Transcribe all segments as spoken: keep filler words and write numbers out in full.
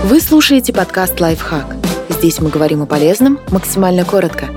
Вы слушаете подкаст «Лайфхак». Здесь мы говорим о полезном максимально коротко.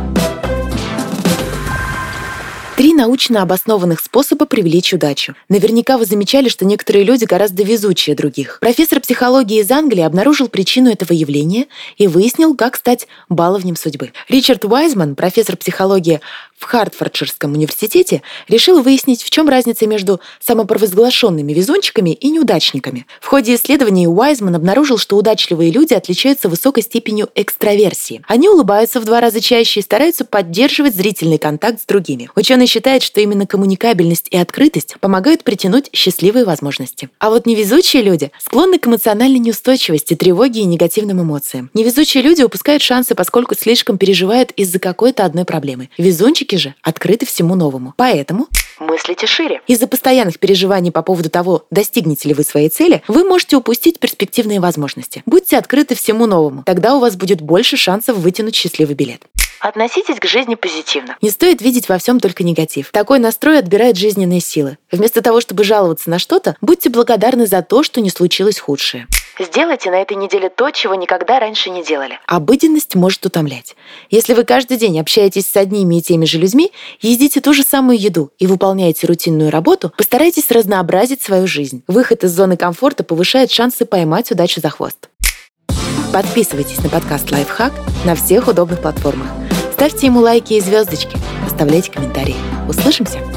Три научно обоснованных способа привлечь удачу. Наверняка вы замечали, что некоторые люди гораздо везучее других. Профессор психологии из Англии обнаружил причину этого явления и выяснил, как стать баловнем судьбы. Ричард Уайзман, профессор психологии в Хартфордширском университете, решил выяснить, в чем разница между самопровозглашенными везунчиками и неудачниками. В ходе исследований Уайзман обнаружил, что удачливые люди отличаются высокой степенью экстраверсии. Они улыбаются в два раза чаще и стараются поддерживать зрительный контакт с другими. Ученый считает, что именно коммуникабельность и открытость помогают притянуть счастливые возможности. А вот невезучие люди склонны к эмоциональной неустойчивости, тревоге и негативным эмоциям. Невезучие люди упускают шансы, поскольку слишком переживают из-за какой-то одной проблемы. Везунчики же открыты всему новому. Поэтому мыслите шире. Из-за постоянных переживаний по поводу того, достигнете ли вы своей цели, вы можете упустить перспективные возможности. Будьте открыты всему новому. Тогда у вас будет больше шансов вытянуть счастливый билет. Относитесь к жизни позитивно. Не стоит видеть во всем только негатив. Такой настрой отбирает жизненные силы. Вместо того, чтобы жаловаться на что-то, будьте благодарны за то, что не случилось худшее. Сделайте на этой неделе то, чего никогда раньше не делали. Обыденность может утомлять. Если вы каждый день общаетесь с одними и теми же людьми, едите ту же самую еду и выполняете рутинную работу, постарайтесь разнообразить свою жизнь. Выход из зоны комфорта повышает шансы поймать удачу за хвост. Подписывайтесь на подкаст «Лайфхак» на всех удобных платформах. Ставьте ему лайки и звездочки, оставляйте комментарии. Услышимся!